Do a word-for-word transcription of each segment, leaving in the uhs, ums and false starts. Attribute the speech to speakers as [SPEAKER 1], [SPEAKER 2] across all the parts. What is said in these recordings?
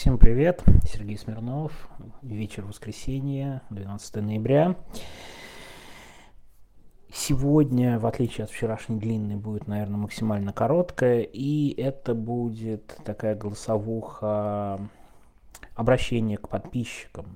[SPEAKER 1] Всем привет, Сергей Смирнов, вечер воскресенья, двенадцатое ноября. Сегодня, в отличие от вчерашней длинной, будет, наверное, максимально короткая, и это будет такая голосовуха, обращение к подписчикам.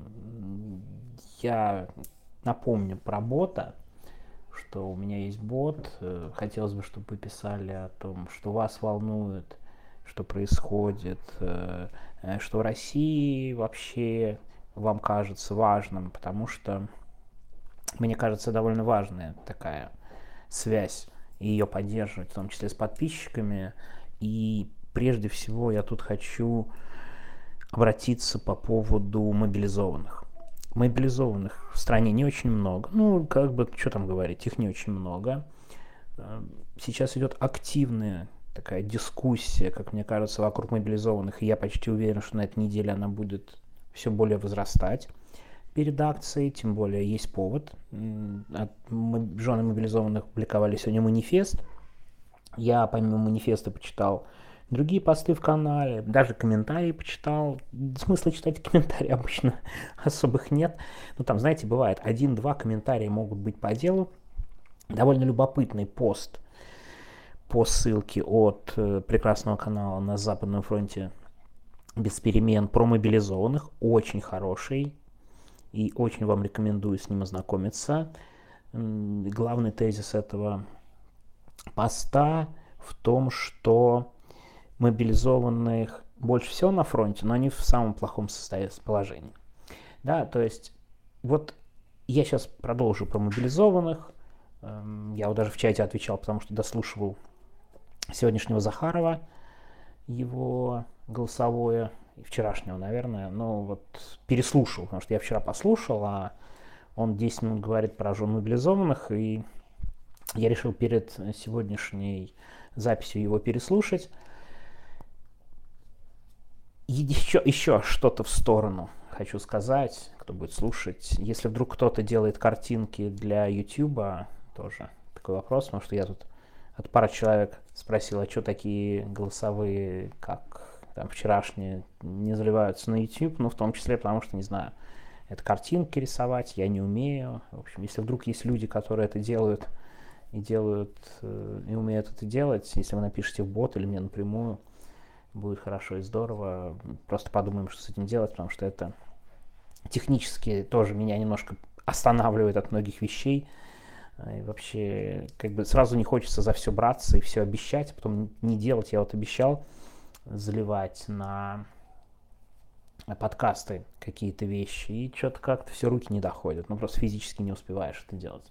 [SPEAKER 1] Я напомню про бота, что у меня есть бот. Хотелось бы, чтобы вы писали о том, что вас волнует, что происходит, что в России вообще вам кажется важным, потому что, мне кажется, довольно важная такая связь, и ее поддерживать, в том числе с подписчиками. И прежде всего я тут хочу обратиться по поводу мобилизованных. Мобилизованных в стране не очень много. Ну, как бы, что там говорить, их не очень много. Сейчас идет активная такая дискуссия, как мне кажется, вокруг мобилизованных, и я почти уверен, что на этой неделе она будет все более возрастать перед акцией, тем более есть повод. От жены мобилизованных публиковали сегодня манифест. Я помимо манифеста почитал другие посты в канале, даже комментарии почитал. Смысла читать комментарии обычно особых нет. Ну там, знаете, бывает один-два комментария могут быть по делу. Довольно любопытный пост по ссылке от э, прекрасного канала на Западном фронте без перемен про мобилизованных. Очень хороший. И очень вам рекомендую с ним ознакомиться. Главный тезис этого поста в том, что мобилизованных больше всего на фронте, но они в самом плохом положении. Да, то есть вот я сейчас продолжу про мобилизованных. Я вот даже в чате отвечал, потому что дослушивал сегодняшнего Захарова, его голосовое, вчерашнего, наверное, но вот переслушал, потому что я вчера послушал, а он десять минут говорит про жен мобилизованных, и я решил перед сегодняшней записью его переслушать. И еще, еще что-то в сторону хочу сказать, кто будет слушать. Если вдруг кто-то делает картинки для YouTube, тоже такой вопрос, потому что я тут от пары человек спросил, а что такие голосовые, как там вчерашние, не заливаются на YouTube, ну, в том числе, потому что, не знаю, это картинки рисовать, я не умею. В общем, если вдруг есть люди, которые это делают и делают, и умеют это делать, если вы напишите в бот или мне напрямую, будет хорошо и здорово. Просто подумаем, что с этим делать, потому что это технически тоже меня немножко останавливает от многих вещей. И вообще, как бы сразу не хочется за все браться и все обещать, а потом не делать. Я вот обещал заливать на подкасты какие-то вещи, и что-то как-то все руки не доходят, ну просто физически не успеваешь это делать.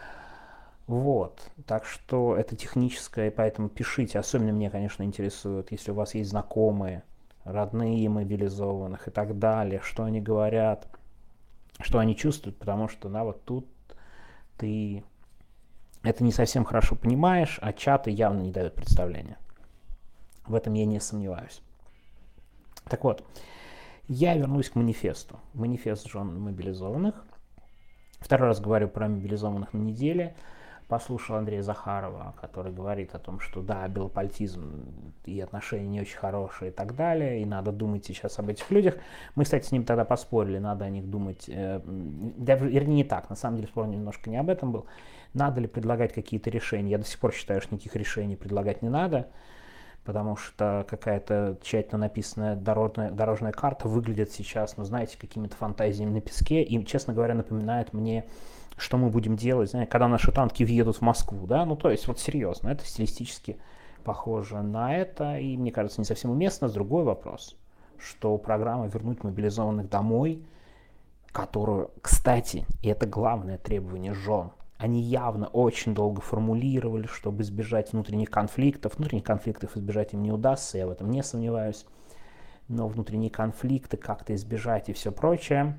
[SPEAKER 1] Вот, так что это техническое, поэтому пишите, особенно меня, конечно, интересует, если у вас есть знакомые, родные мобилизованных и так далее, что они говорят, что они чувствуют, потому что, да, вот тут ты это не совсем хорошо понимаешь, а чаты явно не дают представления. В этом я не сомневаюсь. Так вот, я вернусь к манифесту. Манифест жен мобилизованных. Второй раз говорю про мобилизованных на неделе. Послушал Андрея Захарова, который говорит о том, что да, белопольтизм и отношения не очень хорошие и так далее, и надо думать сейчас об этих людях. Мы, кстати, с ним тогда поспорили, надо о них думать, э, вернее не так, на самом деле спор немножко не об этом был. Надо ли предлагать какие-то решения? Я до сих пор считаю, что никаких решений предлагать не надо, потому что какая-то тщательно написанная дорожная, дорожная карта выглядит сейчас, ну, знаете, какими-то фантазиями на песке, и, честно говоря, напоминает мне, что мы будем делать, знаете, когда наши танки въедут в Москву, да, ну, то есть, вот серьезно, это стилистически похоже на это, и, мне кажется, не совсем уместно. Другой вопрос, что программа «Вернуть мобилизованных домой», которую, кстати, и это главное требование жен, они явно очень долго формулировали, чтобы избежать внутренних конфликтов. Внутренних конфликтов избежать им не удастся, я в этом не сомневаюсь. Но внутренние конфликты как-то избежать и все прочее.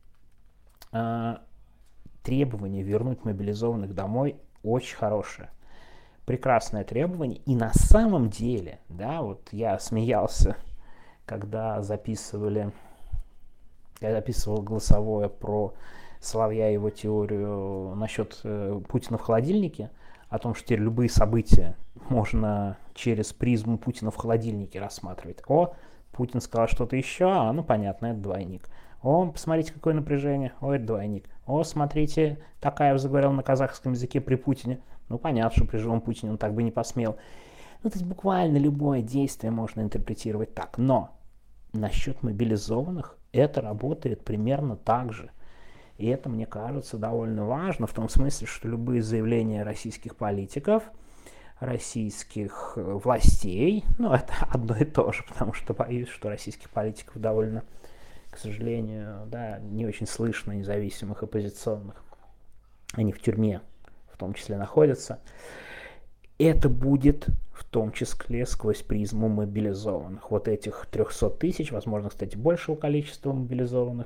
[SPEAKER 1] Требование вернуть мобилизованных домой очень хорошее. Прекрасное требование. И на самом деле, да, вот я смеялся, когда записывали, я записывал голосовое про Соловья и его теорию насчет э, Путина в холодильнике, о том, что теперь любые события можно через призму Путина в холодильнике рассматривать. О, Путин сказал что-то еще, а ну понятно, это двойник. О, посмотрите, какое напряжение, о, это двойник. О, смотрите, Токаев заговорил на казахском языке при Путине. Ну понятно, что при живом Путине он так бы не посмел. Ну, то есть буквально любое действие можно интерпретировать так. Но насчет мобилизованных это работает примерно так же. И это, мне кажется, довольно важно, в том смысле, что любые заявления российских политиков, российских властей, ну, это одно и то же, потому что боюсь, что российских политиков довольно, к сожалению, да, не очень слышно, независимых оппозиционных. Они в тюрьме в том числе находятся. Это будет в том числе сквозь призму мобилизованных. Вот этих триста тысяч, возможно, кстати, большего количества мобилизованных,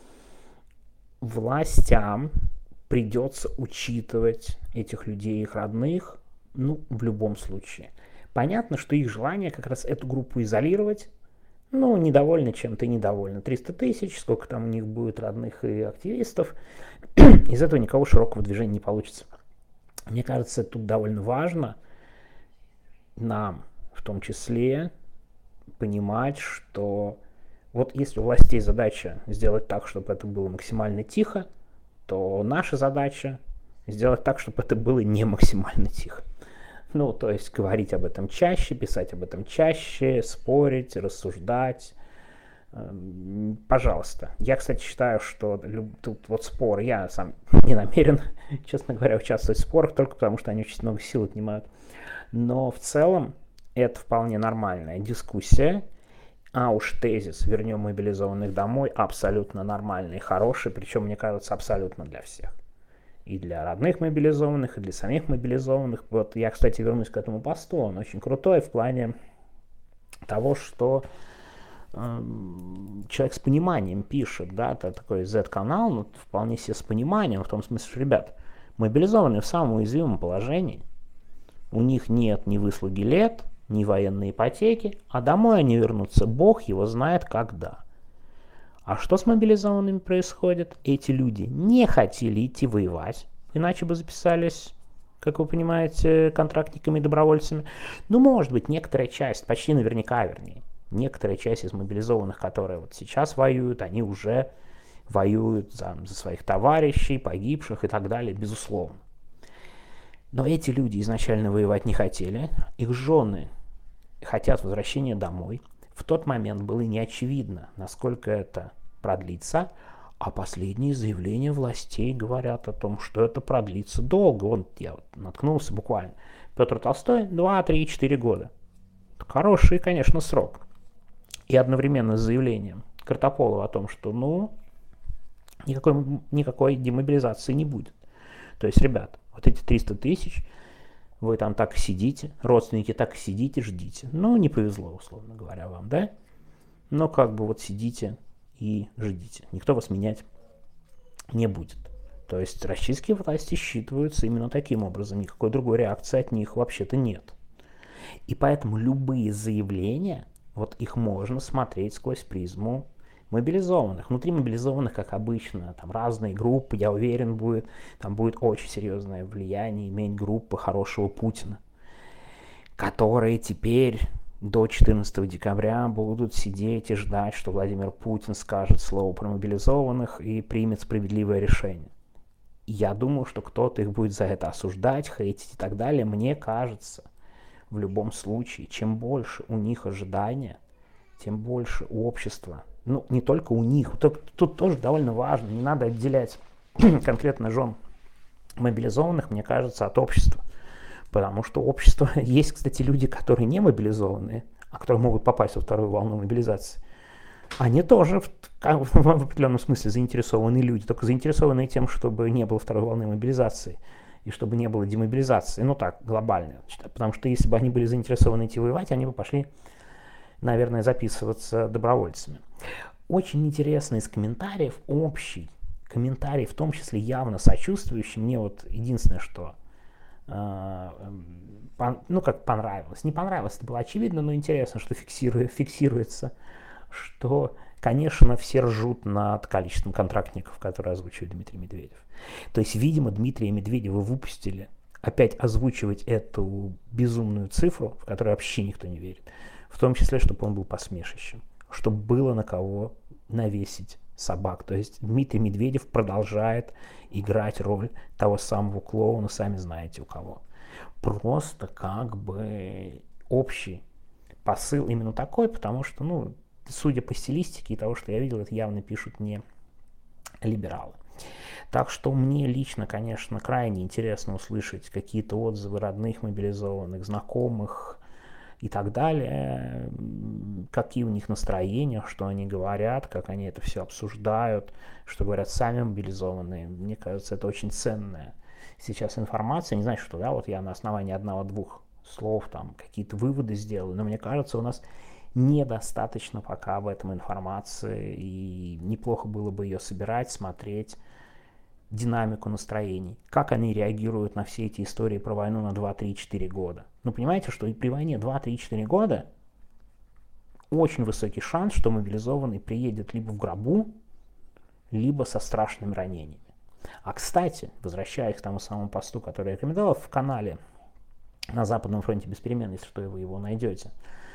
[SPEAKER 1] властям придется учитывать этих людей, их родных, ну, в любом случае. Понятно, что их желание как раз эту группу изолировать, ну, недовольны чем-то, недовольны. триста тысяч, сколько там у них будет родных и активистов, из этого никакого широкого движения не получится. Мне кажется, тут довольно важно нам, в том числе, понимать, что вот если у властей задача сделать так, чтобы это было максимально тихо, то наша задача сделать так, чтобы это было не максимально тихо. Ну, то есть говорить об этом чаще, писать об этом чаще, спорить, рассуждать. Пожалуйста. Я, кстати, считаю, что тут вот спор, я сам не намерен, честно говоря, участвовать в спорах, только потому что они очень много сил отнимают. Но в целом это вполне нормальная дискуссия. А уж тезис «вернем мобилизованных домой» абсолютно нормальный и хороший, причем, мне кажется, абсолютно для всех. И для родных мобилизованных, и для самих мобилизованных. Вот я, кстати, вернусь к этому посту, он очень крутой в плане того, что э, человек с пониманием пишет, да, это такой Z-канал, но вполне себе с пониманием, в том смысле, что, ребят, мобилизованные в самом уязвимом положении, у них нет ни выслуги лет, ни военной ипотеки, а домой они вернутся, бог его знает когда. А что с мобилизованными происходит? Эти люди не хотели идти воевать, иначе бы записались, как вы понимаете, контрактниками и добровольцами. Ну, может быть, некоторая часть, почти наверняка, вернее, некоторая часть из мобилизованных, которые вот сейчас воюют, они уже воюют за, за своих товарищей, погибших и так далее, безусловно. Но эти люди изначально воевать не хотели, их жены хотят возвращения домой. В тот момент было не очевидно, насколько это продлится, а последние заявления властей говорят о том, что это продлится долго. Вон я вот наткнулся буквально. Петр Толстой два, три, четыре года. Хороший, конечно, срок. И одновременно с заявлением Картополова о том, что ну никакой, никакой демобилизации не будет. То есть, ребят, вот эти триста тысяч, вы там так сидите, родственники так сидите, ждите. Ну, не повезло, условно говоря, вам, да? Но как бы вот сидите и ждите. Никто вас менять не будет. То есть российские власти считываются именно таким образом. Никакой другой реакции от них вообще-то нет. И поэтому любые заявления, вот их можно смотреть сквозь призму мобилизованных. Внутри мобилизованных, как обычно, там разные группы, я уверен, будет, там будет очень серьезное влияние иметь группы хорошего Путина, которые теперь до четырнадцатого декабря будут сидеть и ждать, что Владимир Путин скажет слово про мобилизованных и примет справедливое решение. Я думаю, что кто-то их будет за это осуждать, хейтить и так далее. Мне кажется, в любом случае, чем больше у них ожидания, тем больше у общества, ну, не только у них, тут, тут тоже довольно важно, не надо отделять конкретно жен мобилизованных, мне кажется, от общества. Потому что общество, есть, кстати, люди, которые не мобилизованные, а которые могут попасть во вторую волну мобилизации. Они тоже в, в, в определенном смысле заинтересованные люди, только заинтересованные тем, чтобы не было второй волны мобилизации и чтобы не было демобилизации. Ну так, глобально. Потому что если бы они были заинтересованы идти воевать, они бы пошли, наверное, записываться добровольцами. Очень интересно из комментариев, общий комментарий, в том числе явно сочувствующий. Мне вот единственное, что ну, как понравилось. Не понравилось, это было очевидно, но интересно, что фиксирует, фиксируется, что, конечно, все ржут над количеством контрактников, которые озвучивает Дмитрий Медведев. То есть, видимо, Дмитрия Медведева выпустили опять озвучивать эту безумную цифру, в которую вообще никто не верит. в том числе, чтобы он был посмешищем, чтобы было на кого навесить собак. То есть Дмитрий Медведев продолжает играть роль того самого клоуна, сами знаете у кого. Просто как бы общий посыл именно такой, потому что, ну, судя по стилистике и того, что я видел, это явно пишут не либералы. Так что мне лично, конечно, крайне интересно услышать какие-то отзывы родных мобилизованных, знакомых и так далее, какие у них настроения, что они говорят, как они это все обсуждают, что говорят сами мобилизованные. Мне кажется, это очень ценная сейчас информация. Не знаю, что, да, вот я на основании одного-двух слов там какие-то выводы сделаю, но мне кажется, у нас недостаточно пока об этом информации, и неплохо было бы ее собирать, смотреть, динамику настроений, как они реагируют на все эти истории про войну на два-три-четыре года. Ну, понимаете, что и при войне два-три-четыре года очень высокий шанс, что мобилизованный приедет либо в гробу, либо со страшными ранениями. А, кстати, возвращаясь к тому самому посту, который я рекомендовал в канале «На Западном фронте без перемен», если что, вы его найдете,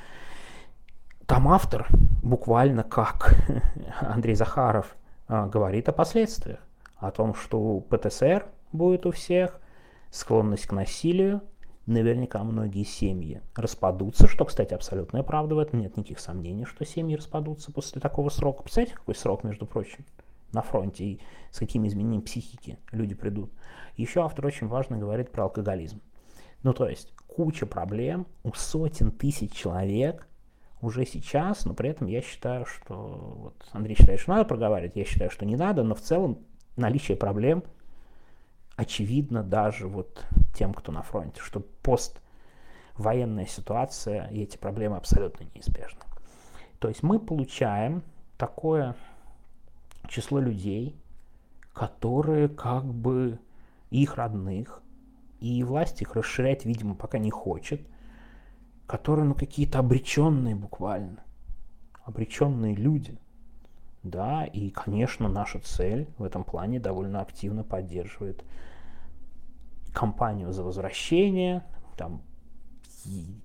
[SPEAKER 1] там автор буквально как Андрей Захаров говорит о последствиях. О том, что ПТСР будет у всех, склонность к насилию, наверняка многие семьи распадутся, что, кстати, абсолютная правда, в этом нет никаких сомнений, что семьи распадутся после такого срока. Представляете, какой срок, между прочим, на фронте, и с какими изменениями психики люди придут. Еще автор очень важно говорит про алкоголизм. Ну, то есть, куча проблем у сотен тысяч человек уже сейчас, но при этом я считаю, что... Вот Андрей считает, что надо проговаривать, я считаю, что не надо, но в целом наличие проблем очевидно даже вот тем, кто на фронте, что поствоенная ситуация и эти проблемы абсолютно неизбежны. То есть мы получаем такое число людей, которые как бы их родных, и власть их расширять, видимо, пока не хочет, которые, ну, какие-то обреченные буквально, обреченные люди. Да, и, конечно, наша цель в этом плане довольно активно поддерживает кампанию за возвращение. Там, и,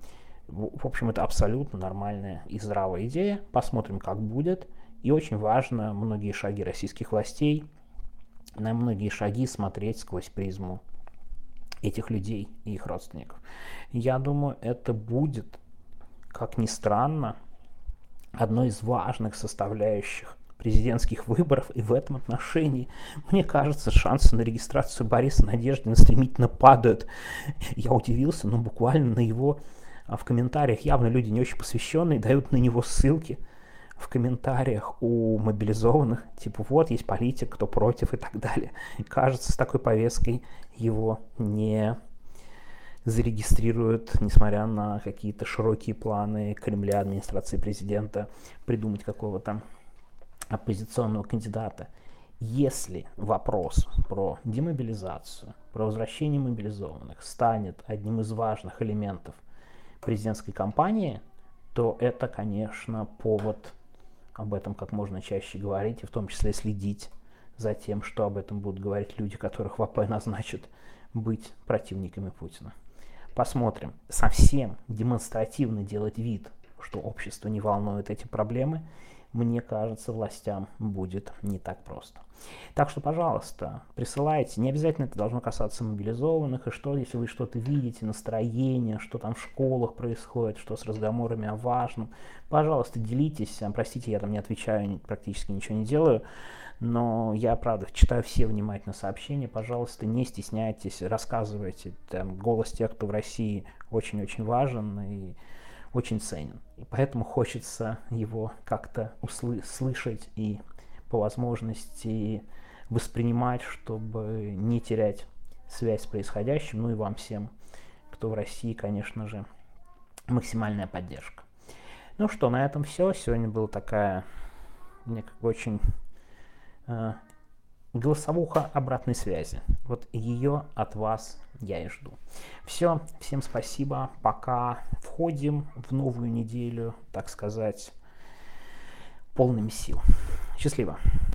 [SPEAKER 1] в общем, это абсолютно нормальная и здравая идея. Посмотрим, как будет. И очень важно многие шаги российских властей, на многие шаги смотреть сквозь призму этих людей и их родственников. Я думаю, это будет, как ни странно, одной из важных составляющих президентских выборов, и в этом отношении, мне кажется, шансы на регистрацию Бориса Надеждина стремительно падают. Я удивился, но буквально на его, в комментариях, явно люди не очень посвященные, дают на него ссылки в комментариях у мобилизованных, типа вот есть политик, кто против и так далее. И кажется, с такой повесткой его не зарегистрируют, несмотря на какие-то широкие планы Кремля, администрации президента, придумать какого-то оппозиционного кандидата. Если вопрос про демобилизацию, про возвращение мобилизованных станет одним из важных элементов президентской кампании, то это, конечно, повод об этом как можно чаще говорить, и в том числе следить за тем, что об этом будут говорить люди, которых в АП назначат быть противниками Путина. Посмотрим. Совсем демонстративно делать вид, что общество не волнует эти проблемы, мне кажется, властям будет не так просто. Так что, пожалуйста, присылайте. Не обязательно это должно касаться мобилизованных. И что, если вы что-то видите, настроение, что там в школах происходит, что с разговорами о важном, пожалуйста, делитесь. Простите, я там не отвечаю, практически ничего не делаю. Но я, правда, читаю все внимательно сообщения. Пожалуйста, не стесняйтесь, рассказывайте. Там, голос тех, кто в России, очень-очень важен и очень ценен. И поэтому хочется его как-то услы- слышать и по возможности воспринимать, чтобы не терять связь с происходящим. Ну и вам всем, кто в России, конечно же, максимальная поддержка. Ну что, на этом все. Сегодня была такая, мне как бы очень э, голосовуха обратной связи. Вот ее от вас я и жду. Все, всем спасибо. Пока входим в новую неделю, так сказать, полными сил. Счастливо.